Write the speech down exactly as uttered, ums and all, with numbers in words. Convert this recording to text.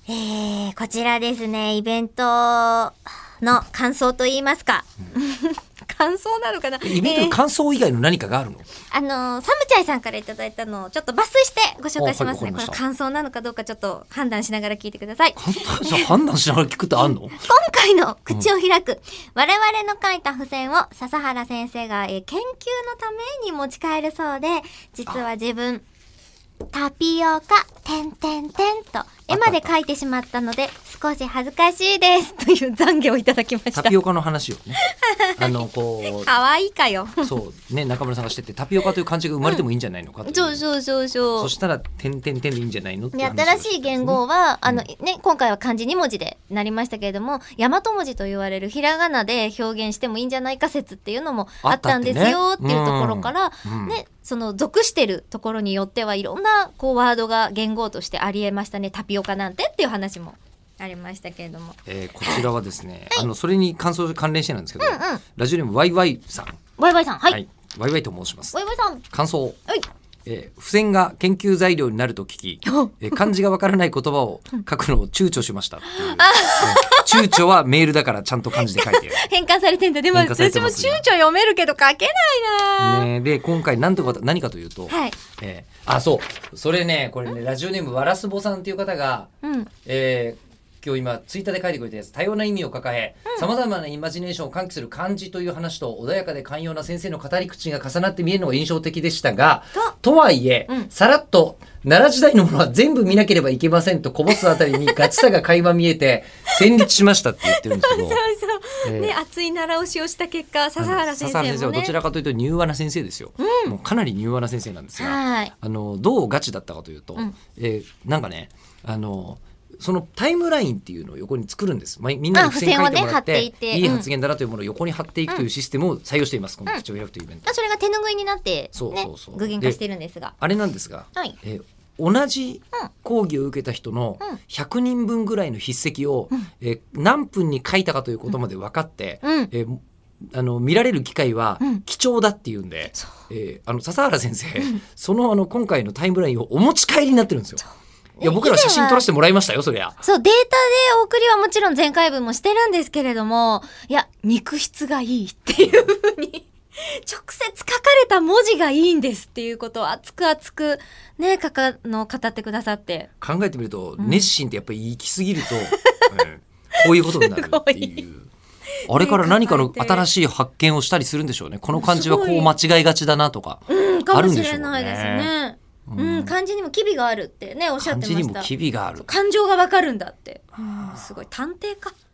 えー、こちらですね、イベントの感想と言いますか、うん、感想なのかな、 イベントの感想以外の何かがあるの？ あのー、サムチャイさんからいただいたのをちょっと抜粋してご紹介しますね。 はい、 これ感想なのかどうかちょっと判断しながら聞いてください。 判断しながら聞くってあんの？ 今回の口を開く、うん、我々の書いた付箋を笹原先生が、えー、研究のために持ち帰るそうで、実は自分タピオカてんてんてんと絵まで書いてしまったので少し恥ずかしいですという懺悔をいただきました。 タピオカの話をねあのこう可愛いかよそうね、中村さんがしててタピオカという漢字が生まれてもいいんじゃないのかという、 うん、そうそうそうそう。 そしたらてんてんてんでいいんじゃないのって話、 ね、 新しい言語はあの、ね、今回は漢字に文字でなりましたけれども、大和文字と言われるひらがなで表現してもいいんじゃないか説っていうのもあったんですよっていうところから、うんね、その属してるところによってはいろんなこうワードが言語としてありえましたね。タピオカなんてっていう話もありましたけれども、 えー、こちらはですね、はい、あのそれに感想関連してなんですけど、 うんうん、 ラジオネームワイワイさん、 ワイワイさん、はい、はい、 ワイワイと申します。 ワイワイさん、 感想、 はい、 えー、付箋が研究材料になると聞き、えー、漢字がわからない言葉を書くのを躊躇しましたっていう、えー、躊躇はメールだからちゃんと漢字で書いて変換されてんだ。でも私も躊躇読めるけど書けないな、 ね、で今回何とか何かというと、 はい、 えー、あそうそれねこれねラジオネームわらすぼさんっていう方が、うん、えー今日今ツイッターで書いてくれたやつ、多様な意味を抱えさまざまなイマジネーションを喚起する漢字という話と穏やかで寛容な先生の語り口が重なって見えるのが印象的でしたが、とはいえ、うん、さらっと奈良時代のものは全部見なければいけませんとこぼすあたりにガチさが垣間見えて戦慄しましたって言ってるんですけどそうそう、えー、ね、熱い習押しをした結果笹原先生もね、笹原先生はどちらかというと柔和な先生ですよ、うん、もうかなり柔和な先生なんですが、はい、あのどうガチだったかというと、うん、えー、なんかねあのそのタイムラインっていうのを横に作るんです、まあ、みんなに付箋書いてもらって、ね、いい発言だなというものを横に貼っていくというシステムを採用しています、うん、この口を開くというイベント、 うん、それが手ぬぐいになって、ね、 そうそうそう具現化してるんですが、 あれなんですが、はい、えー、同じ講義を受けた人のひゃくにんぶんぐらいの筆跡を、うん、えー、何分に書いたかということまで分かって、うん、えーあの見られる機会は貴重だっていうんで、うん、えー、あの笹原先生、うん、その、あの今回のタイムラインをお持ち帰りになってるんですよ。いや僕ら写真撮らせてもらいましたよ。そりゃそう、データでお送りはもちろん前回分もしてるんですけれども、いや肉質がいいっていう風に直接書かれた文字がいいんですっていうことを熱く熱くねかかの語ってくださって、 考えてみると、うん、熱心ってやっぱり行き過ぎると、えー、こういうことになるっていうあれから何かの新しい発見をしたりするんでしょうね。この漢字はこう間違いがちだなとかあるんでしょうね。かもしれないですね。 うん、漢字にも機微があるってねおっしゃってました。 漢字にも機微がある、 感情がわかるんだって、うん、すごい探偵か。